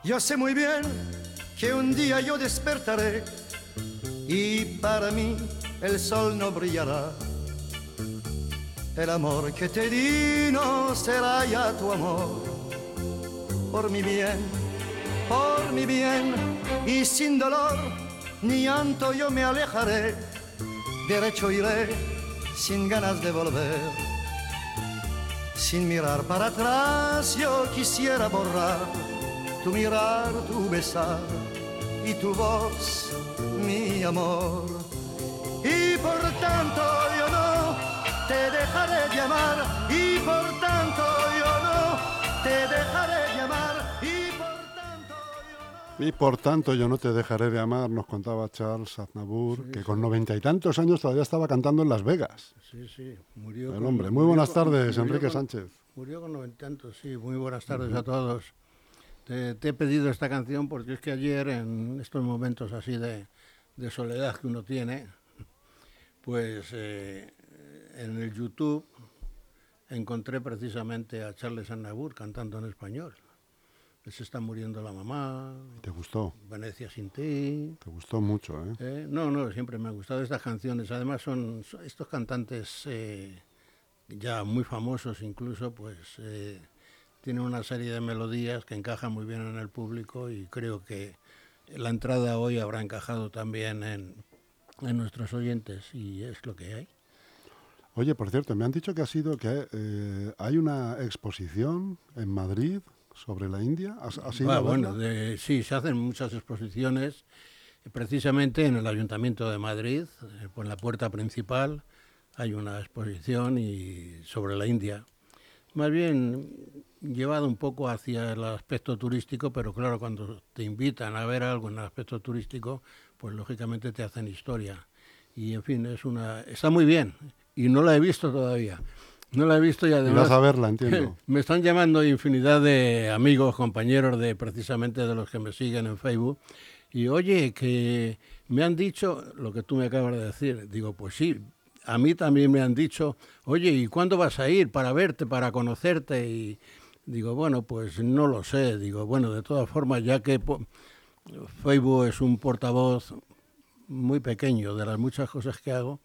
Yo sé muy bien que un día yo despertaré y para mí el sol no brillará. El amor que te di no será ya tu amor. Por mi bien, y sin dolor ni llanto yo me alejaré. Derecho iré, sin ganas de volver. Sin mirar para atrás yo quisiera borrar tu mirar, tu besar y tu voz, mi amor. Y por tanto yo no te dejaré de amar, y por tanto yo no te dejaré de amar, y por tanto yo no... Y por tanto yo no te dejaré de amar, nos contaba Charles Aznavour, Sí, que sí. con 90 y tantos años todavía estaba cantando en Las Vegas. Sí, sí, murió El con... hombre. Muy murió buenas con- tardes, murió Enrique con- Sánchez. Murió con 90 y tantos, sí. Muy buenas tardes a todos. Te he pedido esta canción porque es que ayer, en estos momentos así de soledad que uno tiene, pues en el YouTube encontré precisamente a Charles Aznavour cantando en español. Se está muriendo la mamá, ¿Te gustó? Venecia sin ti. Te gustó mucho, ¿eh? No, siempre me han gustado estas canciones. Además son estos cantantes ya muy famosos incluso, pues tienen una serie de melodías que encajan muy bien en el público y creo que la entrada hoy habrá encajado también en nuestros oyentes y es lo que hay. Oye, por cierto, me han dicho que hay una exposición en Madrid sobre la India. ¿Has ido a verla? Bueno, sí, se hacen muchas exposiciones, precisamente en el Ayuntamiento de Madrid, por la puerta principal, hay una exposición sobre la India. Más bien llevado un poco hacia el aspecto turístico, pero claro, cuando te invitan a ver algo en el aspecto turístico, pues lógicamente te hacen historia. Y en fin, está muy bien y no la he visto todavía. No la he visto y además Irás a verla, entiendo. me están llamando infinidad de amigos, compañeros de precisamente de los que me siguen en Facebook. Y oye, que me han dicho lo que tú me acabas de decir. Digo, pues sí, a mí también me han dicho, oye, ¿y cuándo vas a ir para verte, para conocerte? Y digo, bueno, pues no lo sé. Digo, bueno, de todas formas, ya que Facebook es un portavoz muy pequeño de las muchas cosas que hago,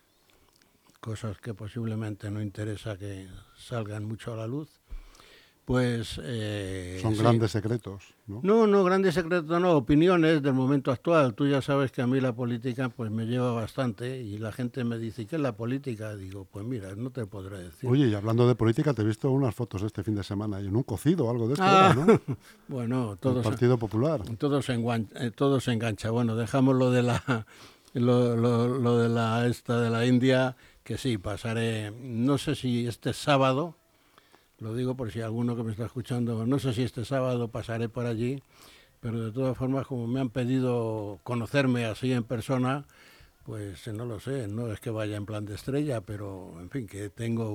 cosas que posiblemente no interesa que salgan mucho a la luz, pues... Son sí. grandes secretos, ¿no? No, grandes secretos no, opiniones del momento actual. Tú ya sabes que a mí la política pues me lleva bastante y la gente me dice, ¿qué es la política? Digo, pues mira, no te podré decir. Oye, y hablando de política, te he visto unas fotos este fin de semana y en un cocido o algo de esto, Ah, era, ¿no? bueno, El Partido Popular. todo se engancha. Bueno, dejamos lo de lo de la esta de la India, que sí, pasaré, no sé si este sábado, lo digo por si alguno que me está escuchando, no sé si este sábado pasaré por allí, pero de todas formas, como me han pedido conocerme así en persona, pues no lo sé, no es que vaya en plan de estrella, pero en fin, que tengo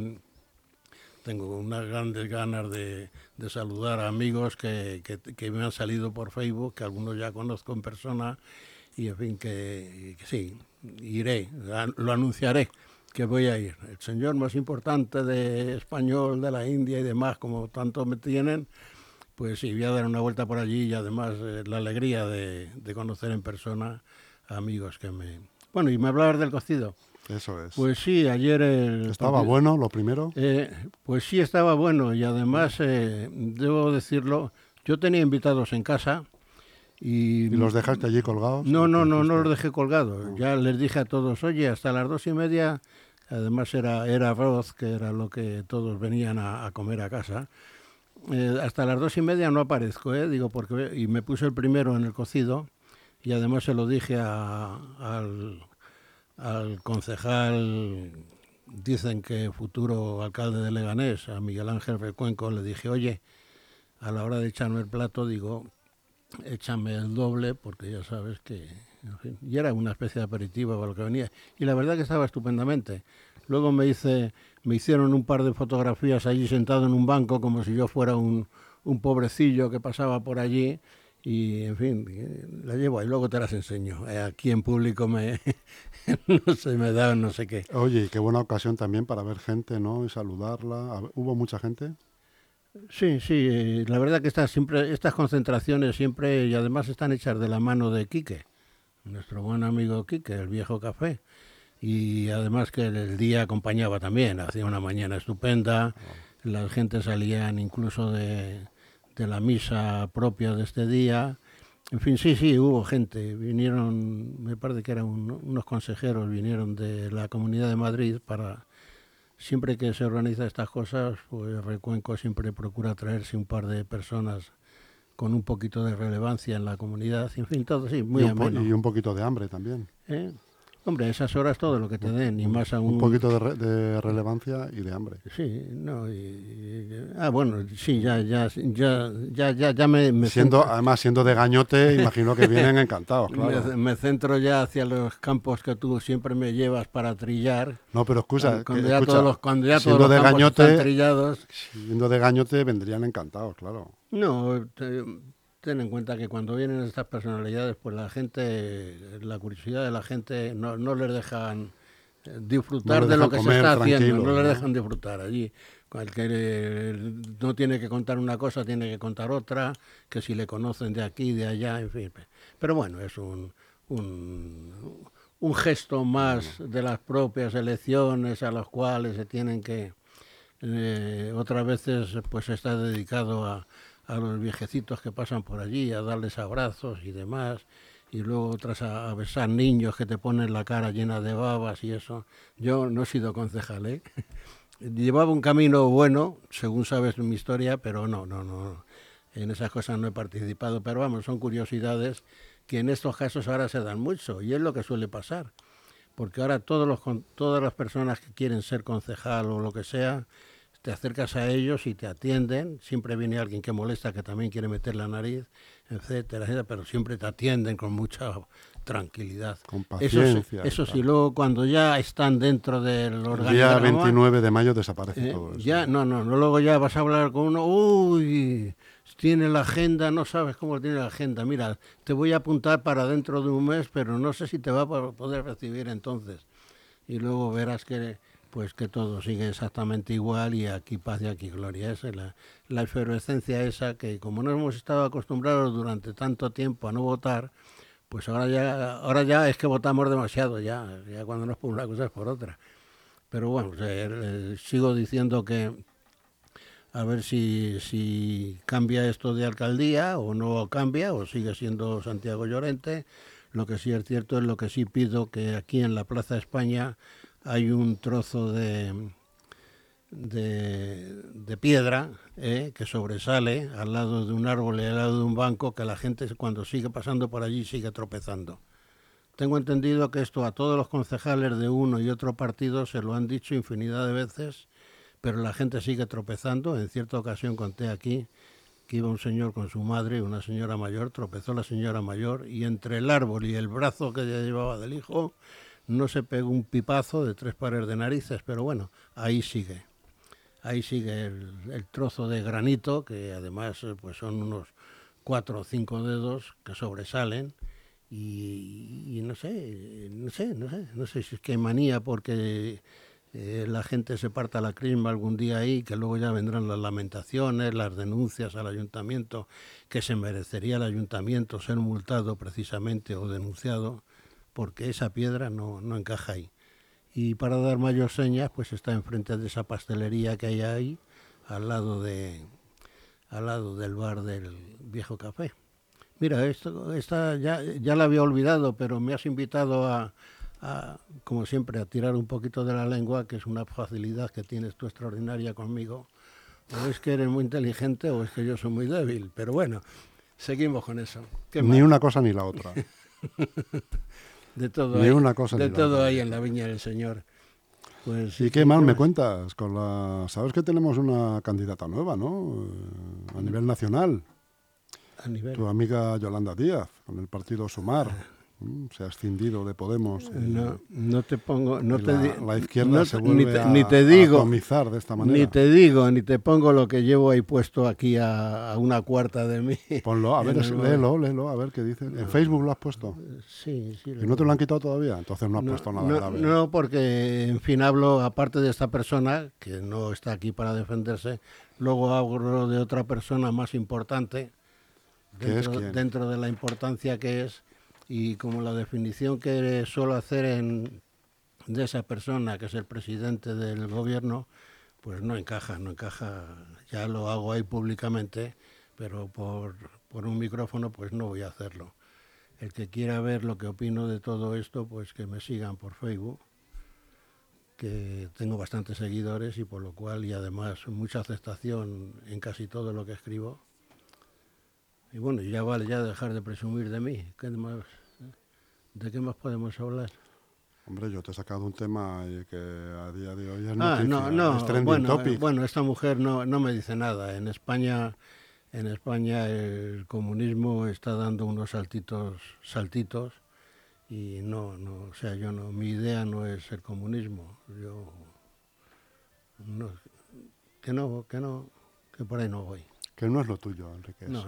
unas grandes ganas de saludar a amigos que me han salido por Facebook, que algunos ya conozco en persona, y en fin, que sí, iré, lo anunciaré, que voy a ir. El señor más importante de español, de la India y demás, como tanto me tienen, pues sí, voy a dar una vuelta por allí y además la alegría de conocer en persona a amigos que me... Bueno, y me hablabas del cocido. Eso es. Pues sí, ayer... ¿Estaba bueno lo primero? Pues sí, estaba bueno y además, debo decirlo, yo tenía invitados en casa y... ¿Y los dejaste allí colgados? No los dejé colgados. Ya les dije a todos, oye, hasta las 2:30, además era arroz, que era lo que todos venían a comer a casa. Hasta las 2:30 no aparezco, digo, porque... Y me puse el primero en el cocido y además se lo dije al concejal, dicen que futuro alcalde de Leganés, a Miguel Ángel Recuenco, le dije, oye, a la hora de echarme el plato, digo, échame el doble, porque ya sabes que... En fin, y era una especie de aperitivo o lo que venía. Y la verdad que estaba estupendamente. Luego me hicieron un par de fotografías allí sentado en un banco, como si yo fuera un pobrecillo que pasaba por allí. Y, en fin, la llevo ahí, luego te las enseño. Aquí en público no se me da no sé qué. Oye, y qué buena ocasión también para ver gente, ¿no? Y saludarla. ¿Hubo mucha gente? Sí, sí, la verdad que estas concentraciones siempre, y además están hechas de la mano de Quique, nuestro buen amigo Quique, el viejo café. Y además que el día acompañaba también, hacía una mañana estupenda, la gente salían incluso de la misa propia de este día. En fin, sí, sí, hubo gente, vinieron, me parece que eran unos consejeros, vinieron de la Comunidad de Madrid para, siempre que se organizan estas cosas, pues Recuenco siempre procura traerse un par de personas con un poquito de relevancia en la comunidad, en fin, todo sí, muy ameno. Y un poquito de hambre también. Hombre, a esas horas todo lo que te den, y más aún... Un poquito de relevancia y de hambre. Sí, no, bueno, sí, ya me Además, siendo de Gañote, imagino que vienen encantados, claro. me centro ya hacia los campos que tú siempre me llevas para trillar. No, pero excusa, cuando ya todos los campos Gañote, están trillados. Siendo de Gañote, vendrían encantados, claro. No, ten en cuenta que cuando vienen estas personalidades, pues la gente, la curiosidad de la gente no les dejan disfrutar de lo que se está haciendo, no les dejan disfrutar allí. El que no tiene que contar una cosa, tiene que contar otra, que si le conocen de aquí, de allá, en fin. Pero bueno, es un gesto más de las propias elecciones a las cuales se tienen que... otras veces pues está dedicado a los viejecitos que pasan por allí, a darles abrazos y demás, y luego otras a besar niños que te ponen la cara llena de babas y eso. Yo no he sido concejal, ¿eh? Llevaba un camino bueno, según sabes mi historia, pero no, en esas cosas no he participado, pero vamos, son curiosidades que en estos casos ahora se dan mucho, y es lo que suele pasar, porque ahora todas las personas que quieren ser concejal o lo que sea, te acercas a ellos y te atienden, siempre viene alguien que molesta, que también quiere meter la nariz, etcétera, etcétera, pero siempre te atienden con mucha tranquilidad. Con paciencia. Eso sí, luego cuando ya están dentro del organigrama... El día 29 de mayo desaparece todo eso. Ya, no, luego ya vas a hablar con uno, uy, tiene la agenda, no sabes cómo tiene la agenda, mira, te voy a apuntar para dentro de un mes, pero no sé si te va a poder recibir entonces. Y luego verás que todo sigue exactamente igual, y aquí paz y aquí gloria. Esa es la efervescencia esa que, como no hemos estado acostumbrados durante tanto tiempo a no votar, pues ahora ya es que votamos demasiado, ya cuando no es por una cosa es por otra. Pero bueno, sigo diciendo que a ver si cambia esto de alcaldía o no cambia, o sigue siendo Santiago Llorente. Lo que sí es cierto es lo que sí pido, que aquí en la Plaza España hay un trozo de piedra que sobresale al lado de un árbol y al lado de un banco, que la gente cuando sigue pasando por allí sigue tropezando. Tengo entendido que esto a todos los concejales de uno y otro partido se lo han dicho infinidad de veces, pero la gente sigue tropezando. En cierta ocasión conté aquí que iba un señor con su madre y una señora mayor, tropezó la señora mayor y entre el árbol y el brazo que ella llevaba del hijo no se pegó un pipazo de 3 pares de narices, pero bueno, ahí sigue el trozo de granito, que además pues son unos 4 o 5 dedos que sobresalen, y no sé si es que hay manía porque la gente se parta la crisma algún día ahí, que luego ya vendrán las lamentaciones, las denuncias al ayuntamiento, que se merecería el ayuntamiento ser multado precisamente o denunciado, porque esa piedra no encaja ahí. Y para dar mayor señas, pues está enfrente de esa pastelería que hay ahí, al lado del bar del viejo café. Mira, esta ya la había olvidado, pero me has invitado a, como siempre, a tirar un poquito de la lengua, que es una facilidad que tienes tú extraordinaria conmigo. O es que eres muy inteligente o es que yo soy muy débil, pero bueno, seguimos con eso. Ni una cosa ni la otra. De todo ni hay, una cosa de ni todo la hay en la viña del Señor. Pues, ¿y qué más me cuentas? Sabes que tenemos una candidata nueva, ¿no? A nivel nacional. Tu amiga Yolanda Díaz, con el partido Sumar. Se ha escindido de Podemos. No te pongo... No te la izquierda se vuelve ni te digo, a atomizar de esta manera. Ni te pongo lo que llevo ahí puesto aquí a una cuarta de mí. Ponlo, a ver, léelo, a ver qué dicen. ¿En Facebook lo has puesto? Sí. ¿Y no te lo han quitado todavía? Entonces no has puesto nada grave. No, porque, en fin, hablo, aparte de esta persona, que no está aquí para defenderse, luego hablo de otra persona más importante, dentro de la importancia que es, y como la definición que suelo hacer de esa persona, que es el presidente del gobierno, pues no encaja, ya lo hago ahí públicamente, pero por un micrófono pues no voy a hacerlo. El que quiera ver lo que opino de todo esto, pues que me sigan por Facebook, que tengo bastantes seguidores y por lo cual, y además mucha aceptación en casi todo lo que escribo. Y bueno, ya vale ya dejar de presumir de mí. ¿De qué más podemos hablar? Hombre, yo te he sacado un tema que a día de hoy es noticia, es trending topic. Bueno, esta mujer no me dice nada. En España el comunismo está dando unos saltitos y o sea, mi idea no es el comunismo. Que por ahí no voy. Que no es lo tuyo, Enrique. No.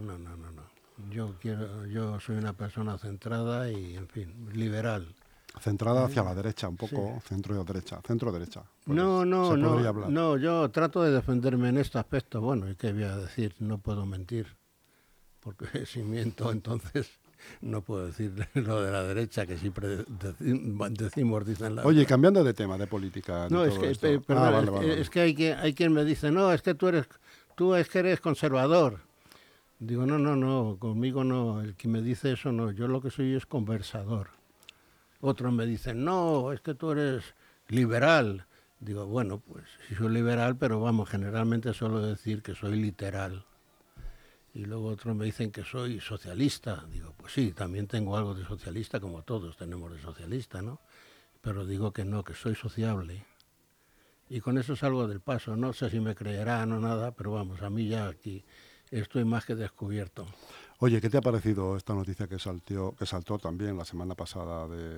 Yo soy una persona centrada y, en fin, liberal. Centrada hacia la derecha, un poco, sí. Centro-derecha. Pues No, yo trato de defenderme en este aspecto. Bueno, ¿y qué voy a decir? No puedo mentir, porque si miento entonces no puedo decir lo de la derecha, que siempre dicen la... Oye, cambiando de tema, de política... No, es que hay quien me dice, no, es que tú es que eres conservador. Digo, no, conmigo no, el que me dice eso no, yo lo que soy es conversador. Otros me dicen, no, es que tú eres liberal. Digo, bueno, pues sí soy liberal, pero vamos, generalmente suelo decir que soy literal. Y luego otros me dicen que soy socialista. Digo, pues sí, también tengo algo de socialista, como todos tenemos de socialista, ¿no? Pero digo que no, que soy sociable. Y con eso salgo del paso. No sé si me creerán o nada, pero vamos, a mí ya aquí estoy más que descubierto. Oye, ¿qué te ha parecido esta noticia que saltó también la semana pasada de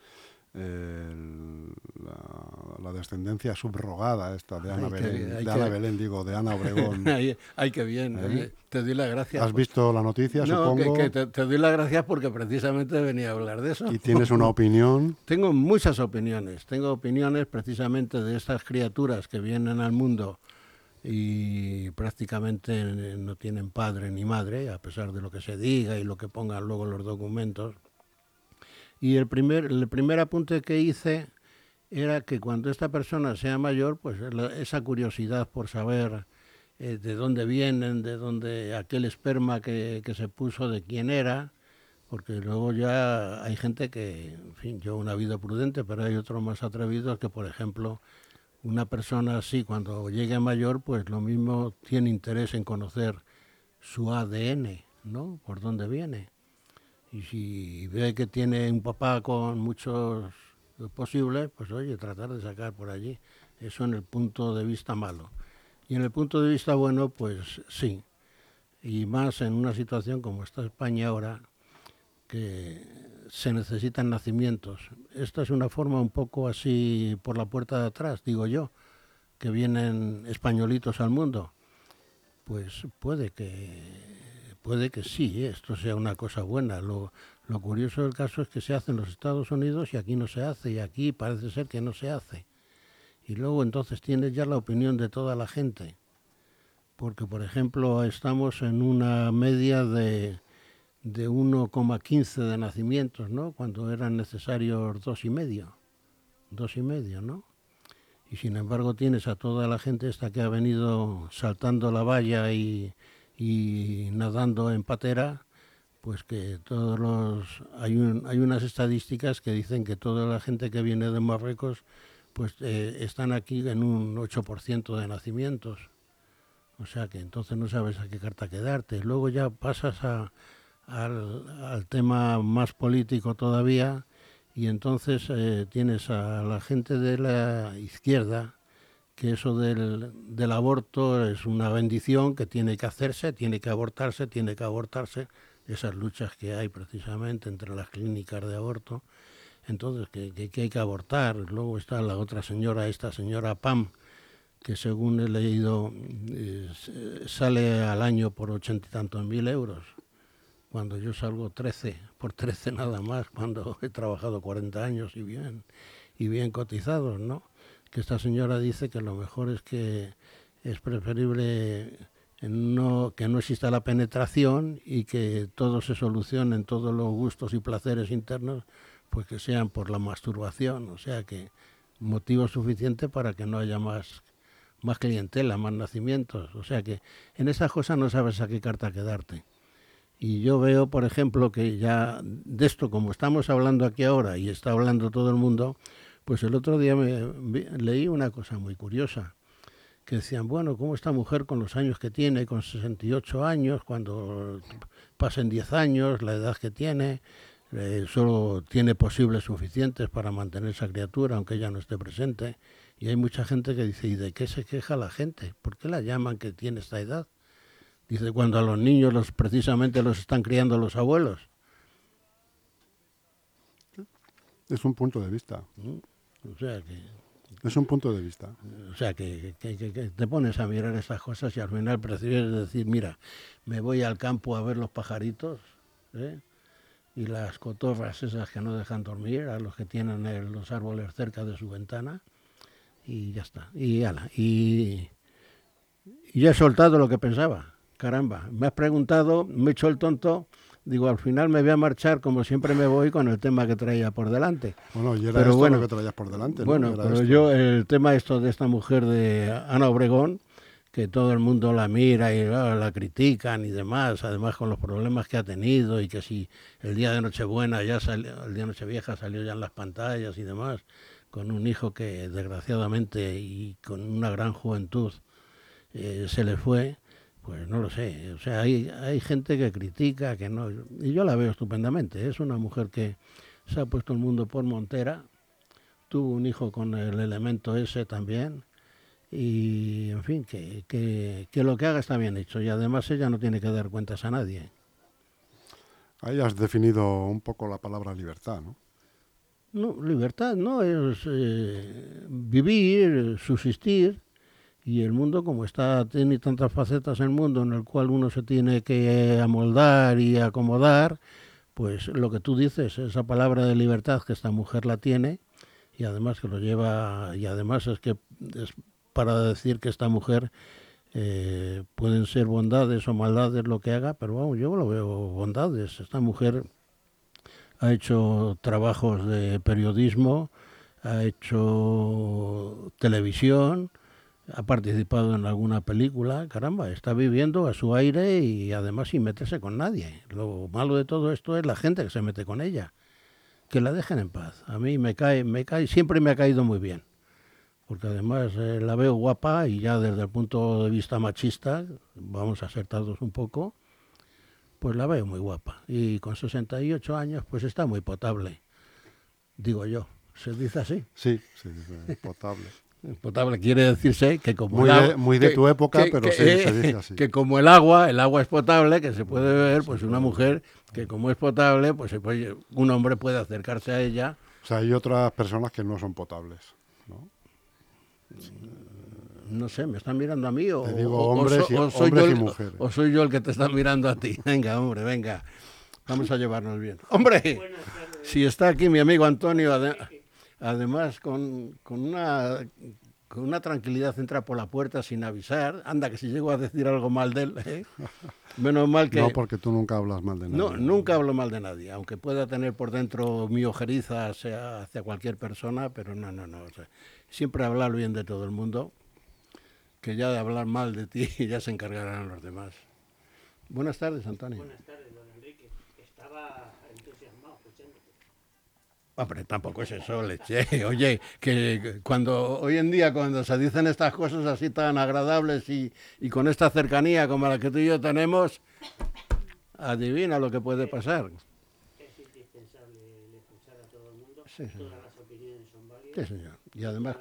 la descendencia subrogada esta de Ana Obregón? Ay, qué bien. Te doy las gracias. ¿Has visto la noticia, supongo? Que te doy las gracias porque precisamente venía a hablar de eso. ¿Y tienes una opinión? Tengo muchas opiniones. Tengo opiniones precisamente de estas criaturas que vienen al mundo y prácticamente no tienen padre ni madre, a pesar de lo que se diga y lo que pongan luego los documentos. Y el primer apunte que hice era que cuando esta persona sea mayor, pues esa curiosidad por saber de dónde vienen, de dónde aquel esperma que se puso, de quién era, porque luego ya hay gente que, en fin, yo una vida prudente, pero hay otros más atrevidos que, por ejemplo, una persona así, cuando llegue mayor, pues lo mismo tiene interés en conocer su ADN, ¿no? Por dónde viene. Y si ve que tiene un papá con muchos posibles, pues oye, tratar de sacar por allí. Eso en el punto de vista malo. Y en el punto de vista bueno, pues sí. Y más en una situación como está España ahora, que se necesitan nacimientos. Esta es una forma un poco así por la puerta de atrás, digo yo, que vienen españolitos al mundo. Pues puede que sí, esto sea una cosa buena. Lo curioso del caso es que se hace en los Estados Unidos y aquí no se hace, y aquí parece ser que no se hace. Y luego entonces tienes ya la opinión de toda la gente. Porque, por ejemplo, estamos en una media de 1,15 de nacimientos, ¿no? Cuando eran necesarios 2,5, ¿no? Y sin embargo tienes a toda la gente esta que ha venido saltando la valla y nadando en patera, pues que hay unas estadísticas que dicen que toda la gente que viene de Marruecos pues están aquí en un 8% de nacimientos. O sea que entonces no sabes a qué carta quedarte. Luego ya pasas al tema más político todavía, y entonces tienes a la gente de la izquierda que eso del aborto es una bendición, que tiene que hacerse, tiene que abortarse, esas luchas que hay precisamente entre las clínicas de aborto. Entonces, que hay que abortar. Luego está la otra señora, esta señora Pam, que según he leído sale al año por 80 y tantos mil euros, cuando yo salgo 13, por 13 nada más, cuando he trabajado 40 años y bien cotizados, ¿no? Que esta señora dice que lo mejor es que es preferible que no exista la penetración y que todo se solucione en todos los gustos y placeres internos, pues que sean por la masturbación, o sea que motivo suficiente para que no haya más clientela, más nacimientos, o sea que en esas cosas no sabes a qué carta quedarte. Y yo veo, por ejemplo, que ya de esto, como estamos hablando aquí ahora y está hablando todo el mundo, pues el otro día leí una cosa muy curiosa, que decían, bueno, ¿cómo esta mujer con los años que tiene, con 68 años, cuando pasen 10 años, la edad que tiene, solo tiene posibles suficientes para mantener esa criatura, aunque ella no esté presente? Y hay mucha gente que dice, ¿y de qué se queja la gente? ¿Por qué la llaman que tiene esta edad? Dice, cuando a los niños precisamente los están criando los abuelos. Es un punto de vista. O sea que... Es un punto de vista. O sea que te pones a mirar esas cosas y al final prefieres decir, mira, me voy al campo a ver los pajaritos, ¿eh? Y las cotorras esas que no dejan dormir, a los que tienen los árboles cerca de su ventana, y ya está. Y ala, y ya he soltado lo que pensaba. Caramba, me has preguntado, me he hecho el tonto, digo, al final me voy a marchar como siempre me voy con el tema que traía por delante. Bueno, y era pero esto bueno, lo que traías por delante, ¿no? Bueno, pero esto. Yo, el tema esto de esta mujer de Ana Obregón, que todo el mundo la mira y la critican y demás, además con los problemas que ha tenido y que si el día de Nochebuena ya salió, el día de Nochevieja salió ya en las pantallas y demás, con un hijo que desgraciadamente y con una gran juventud se le fue. Pues no lo sé, o sea, hay gente que critica, que no, y yo la veo estupendamente. Es una mujer que se ha puesto el mundo por montera, tuvo un hijo con el elemento ese también, y en fin, que lo que haga está bien hecho, y además ella no tiene que dar cuentas a nadie. Ahí has definido un poco la palabra libertad, ¿no? No, libertad no, es vivir, subsistir. Y el mundo, como tiene tantas facetas el mundo en el cual uno se tiene que amoldar y acomodar, pues lo que tú dices, esa palabra de libertad que esta mujer la tiene, y además que lo lleva, y además es que es para decir que esta mujer pueden ser bondades o maldades lo que haga, pero vamos, yo lo veo bondades. Esta mujer ha hecho trabajos de periodismo, ha hecho televisión, ha participado en alguna película, caramba, está viviendo a su aire y además sin meterse con nadie. Lo malo de todo esto es la gente que se mete con ella, que la dejen en paz. A mí siempre me ha caído muy bien, porque además la veo guapa y ya desde el punto de vista machista, vamos a ser todos un poco, pues la veo muy guapa. Y con 68 años pues está muy potable, digo yo. ¿Se dice así? Sí, se dice potable. Potable quiere decirse que como muy de tu época, pero sí, se dice así. Que como el agua es potable, que se puede beber, pues una mujer que como es potable, pues un hombre puede acercarse a ella. O sea, hay otras personas que no son potables, ¿no? No sé, ¿me están mirando a mí o, te digo hombres y mujeres? O soy yo el que te está mirando a ti? Venga, hombre, venga. Vamos a llevarnos bien. ¡Hombre! Si está aquí mi amigo Antonio, además con una tranquilidad entra por la puerta sin avisar. Anda, que si llego a decir algo mal de él, ¿eh? Menos mal que... No, porque tú nunca hablas mal de nadie. No, nunca hablo mal de nadie, aunque pueda tener por dentro mi ojeriza hacia cualquier persona, pero no. O sea, siempre hablar bien de todo el mundo, que ya de hablar mal de ti ya se encargarán los demás. Buenas tardes, Antonio. Buenas tardes, don Enrique. Estaba entusiasmado escuchándote. Hombre, tampoco es eso, leche. Oye, que hoy en día cuando se dicen estas cosas así tan agradables y con esta cercanía como la que tú y yo tenemos, adivina lo que puede pasar. Es indispensable escuchar a todo el mundo. Sí, señor. Todas las opiniones son válidas. Sí, señor. Y además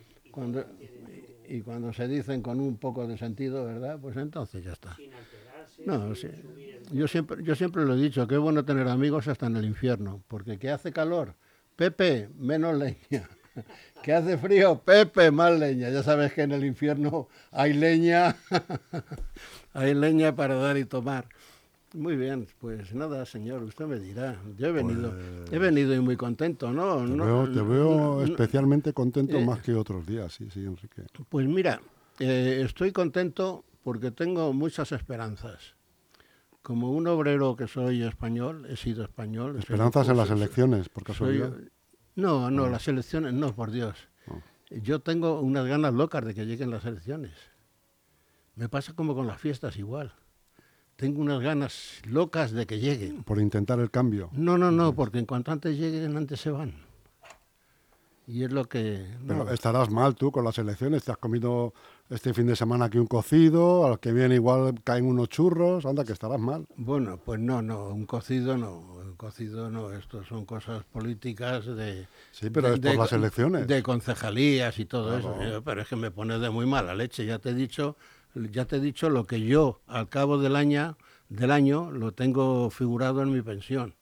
cuando se dicen con un poco de sentido, ¿verdad? Pues entonces ya está. Sin alterarse No, sí. Yo siempre lo he dicho, que es bueno tener amigos hasta en el infierno, porque que hace calor, Pepe, menos leña. Que hace frío, Pepe, más leña. Ya sabes que en el infierno hay leña, hay leña para dar y tomar. Muy bien, pues nada, señor, usted me dirá. Yo he venido y muy contento, ¿no? Te veo especialmente contento más que otros días, sí, Enrique. Pues mira, estoy contento porque tengo muchas esperanzas. Como un obrero que soy español, he sido español. ¿Esperanzas en las elecciones, por casualidad? No, las elecciones, no, por Dios. Yo tengo unas ganas locas de que lleguen las elecciones. Me pasa como con las fiestas igual. Tengo unas ganas locas de que lleguen. Por intentar el cambio. No, porque en cuanto antes lleguen, antes se van. Y es lo que... Pero estarás mal tú con las elecciones. Te has comido este fin de semana aquí un cocido, al que viene igual caen unos churros. Anda, que estarás mal. Bueno, pues no, un cocido no. Esto son cosas políticas de... Sí, pero es por las elecciones. De concejalías y todo Claro. eso. Pero es que me pones de muy mala leche. Ya te he dicho lo que yo, al cabo del año, lo tengo figurado en mi pensión.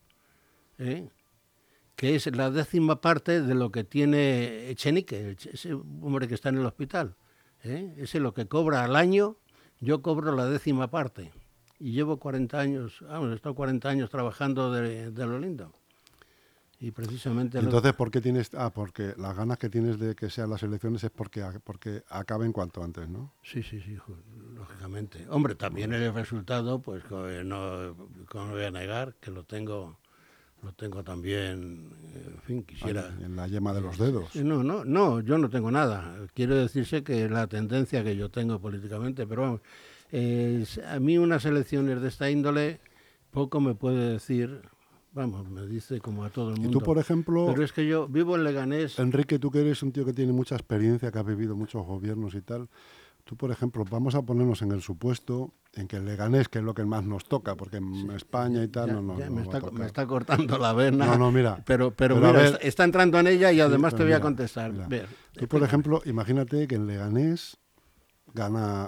Que es la 10ª parte de lo que tiene Echenique, ese hombre que está en el hospital. Ese lo que cobra al año, yo cobro la 10ª parte. Y llevo 40 años, he estado 40 años trabajando de lo lindo. Y precisamente... Entonces, ¿por qué tienes...? Porque las ganas que tienes de que sean las elecciones es porque acaben cuanto antes, ¿no? Sí, lógicamente. Hombre, también el resultado, pues no voy a negar que lo tengo también, en fin, quisiera... En la yema de los dedos. No, yo no tengo nada. Quiero decirse que la tendencia que yo tengo políticamente, pero vamos, a mí unas elecciones de esta índole poco me puede decir, vamos, me dice como a todo el mundo. Y tú, por ejemplo... Pero es que yo vivo en Leganés... Enrique, tú que eres un tío que tiene mucha experiencia, que has vivido muchos gobiernos y tal... Tú, por ejemplo, vamos a ponernos en el supuesto en que el Leganés, que es lo que más nos toca, porque en España y tal me está cortando la vena. No, mira. Pero mira, ver, está entrando en ella y además te voy a contestar. Mira. Tú, por ejemplo, imagínate que en Leganés gana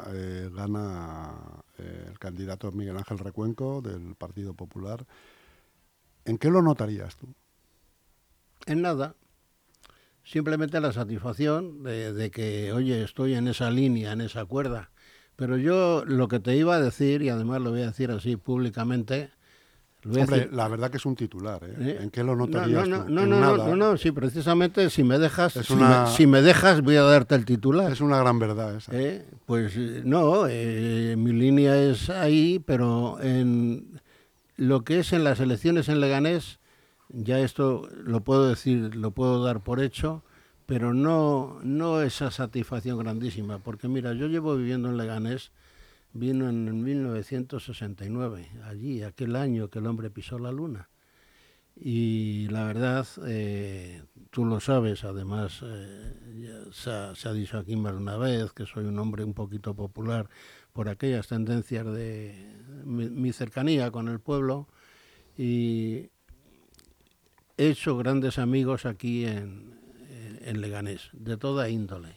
el candidato Miguel Ángel Recuenco del Partido Popular. ¿En qué lo notarías tú? En nada. Simplemente la satisfacción de que, oye, estoy en esa línea, en esa cuerda. Pero yo lo que te iba a decir, y además lo voy a decir así públicamente... Hombre, la verdad que es un titular, ¿eh? ¿En qué lo notarías tú? No, sí, precisamente si me dejas, si me dejas voy a darte el titular. Es una gran verdad esa. Pues no, mi línea es ahí, pero en lo que es en las elecciones en Leganés... Ya esto lo puedo decir, lo puedo dar por hecho, pero no esa satisfacción grandísima, porque mira, yo llevo viviendo en Leganés, vino en 1969, allí, aquel año que el hombre pisó la luna. Y la verdad, tú lo sabes, además, se ha dicho aquí más de una vez que soy un hombre un poquito popular por aquellas tendencias de mi cercanía con el pueblo, y he hecho grandes amigos aquí en Leganés, de toda índole.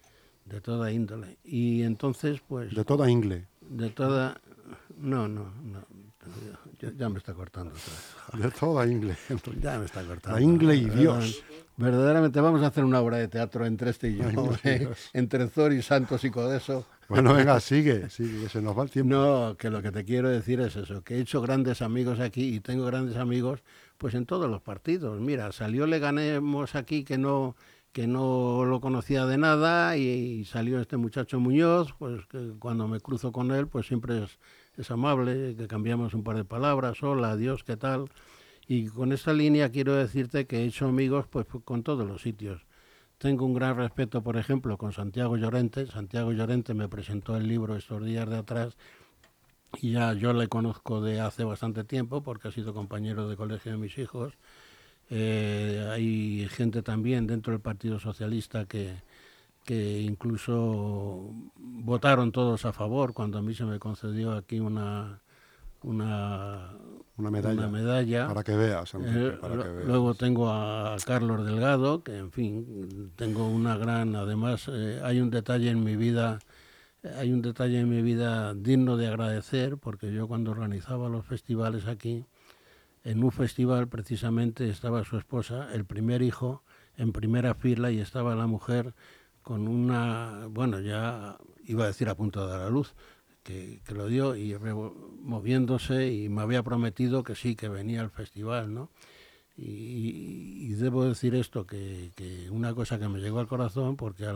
Y entonces, pues... De toda índole. De toda... No. Ya me está cortando otra vez. De toda índole. Ya me está cortando. La índole y Dios. Verdaderamente vamos a hacer una obra de teatro entre este y yo, entre Zor y Santos y Codeso. Bueno, venga, sigue, que se nos va el tiempo. No, que lo que te quiero decir es eso, que he hecho grandes amigos aquí y tengo grandes amigos pues en todos los partidos. Mira, salió Leganés aquí que no lo conocía de nada y salió este muchacho Muñoz, pues que cuando me cruzo con él pues siempre es amable, que cambiamos un par de palabras, hola, adiós, ¿qué tal? Y con esta línea quiero decirte que he hecho amigos pues con todos los sitios. Tengo un gran respeto, por ejemplo, con Santiago Llorente. Santiago Llorente me presentó el libro estos días de atrás y ya yo le conozco de hace bastante tiempo porque ha sido compañero de colegio de mis hijos. Hay gente también dentro del Partido Socialista que incluso votaron todos a favor cuando a mí se me concedió aquí una medalla. Para que veas, Enrique, para que veas. Luego tengo a Carlos Delgado, que en fin, tengo una gran... Además, hay un detalle en mi vida hay un detalle en mi vida digno de agradecer, porque yo cuando organizaba los festivales aquí, en un festival precisamente estaba su esposa, el primer hijo, en primera fila, y estaba la mujer con una, bueno, ya iba a decir a punto de dar a luz, que lo dio, y moviéndose, y me había prometido que sí, que venía al festival, ¿no? Y debo decir esto, que una cosa que me llegó al corazón, porque a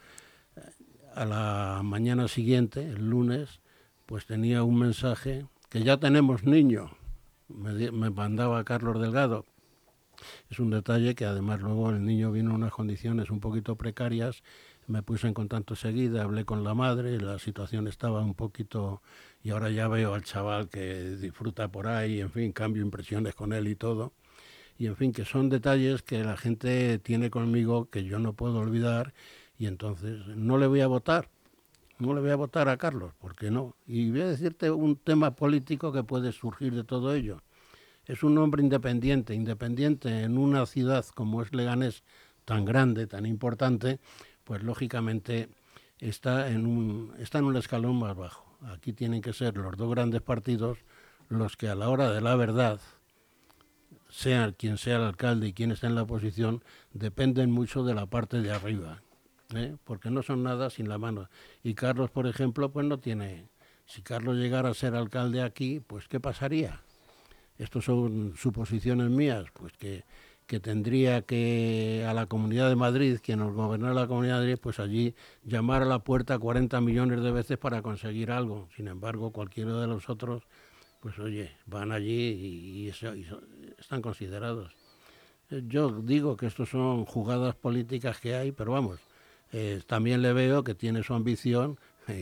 la mañana siguiente, el lunes, pues tenía un mensaje, que ya tenemos niño, me mandaba Carlos Delgado. Es un detalle que además luego el niño vino en unas condiciones un poquito precarias, me puse en contacto enseguida, hablé con la madre, la situación estaba un poquito, y ahora ya veo al chaval que disfruta por ahí, en fin, cambio impresiones con él y todo, y en fin, que son detalles que la gente tiene conmigo que yo no puedo olvidar, y entonces no le voy a votar a Carlos, ¿por qué no? Y voy a decirte un tema político que puede surgir de todo ello. Es un hombre independiente en una ciudad como es Leganés, tan grande, tan importante, pues lógicamente está en un escalón más bajo. Aquí tienen que ser los dos grandes partidos los que a la hora de la verdad, sea quien sea el alcalde y quien esté en la oposición, dependen mucho de la parte de arriba, porque no son nada sin la mano. Y Carlos, por ejemplo, pues no tiene... Si Carlos llegara a ser alcalde aquí, pues ¿qué pasaría? Estos son suposiciones mías, pues que tendría que a la Comunidad de Madrid, quien nos gobernara la Comunidad de Madrid, pues allí llamar a la puerta 40 millones de veces para conseguir algo. Sin embargo, cualquiera de los otros, pues oye, van allí y están considerados. Yo digo que estos son jugadas políticas que hay, pero vamos, también le veo que tiene su ambición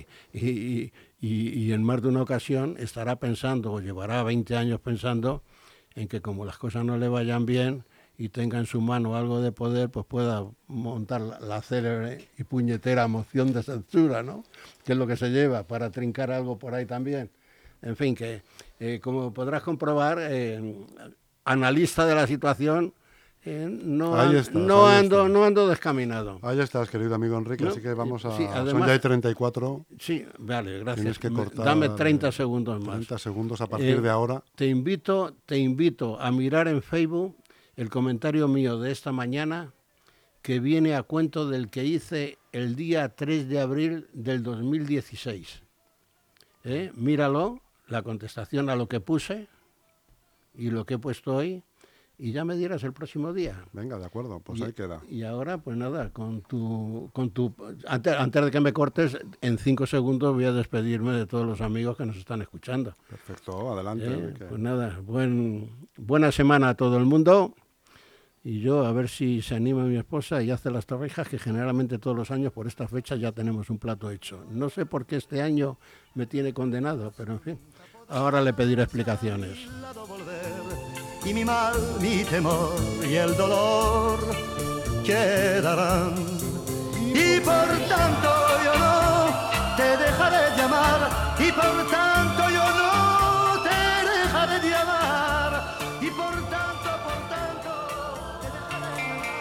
y en más de una ocasión estará pensando, o llevará 20 años pensando, en que como las cosas no le vayan bien y tenga en su mano algo de poder, pues pueda montar la célebre y puñetera moción de censura, ¿no? Que es lo que se lleva para trincar algo por ahí también. En fin, que como podrás comprobar, analista de la situación, no ando descaminado. Ahí estás, querido amigo Enrique, así que vamos a... Sí, además, son ya 34. Sí, vale, gracias. Tienes que cortar, dame 30 segundos más. 30 segundos a partir de ahora. Te invito a mirar en Facebook el comentario mío de esta mañana, que viene a cuento del que hice el día 3 de abril del 2016. Míralo, la contestación a lo que puse y lo que he puesto hoy, y ya me dirás el próximo día. Venga, de acuerdo, pues ahí queda. Y ahora, pues nada, antes de que me cortes, en 5 segundos voy a despedirme de todos los amigos que nos están escuchando. Perfecto, adelante. Pues nada, buena semana a todo el mundo. Y yo a ver si se anima mi esposa y hace las torrijas, que generalmente todos los años por esta fecha ya tenemos un plato hecho. No sé por qué este año me tiene condenado, pero en fin, ahora le pediré explicaciones. Y mi mal, mi temor y el dolor quedarán. Y por tanto yo no te dejaré de amar, y por tanto yo no te dejaré de amar, y por tanto te dejaré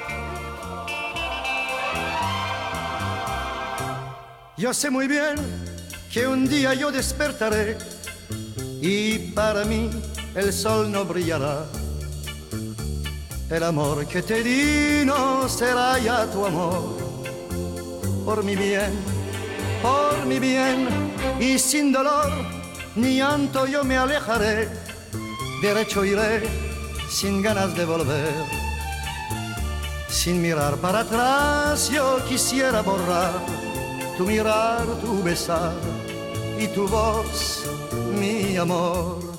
de amar. Yo sé muy bien que un día yo despertaré y para mí el sol no brillará. El amor que te di no será ya tu amor. Por mi bien, y sin dolor ni llanto yo me alejaré. Derecho iré, sin ganas de volver. Sin mirar para atrás yo quisiera borrar tu mirar, tu besar y tu voz, mi amor.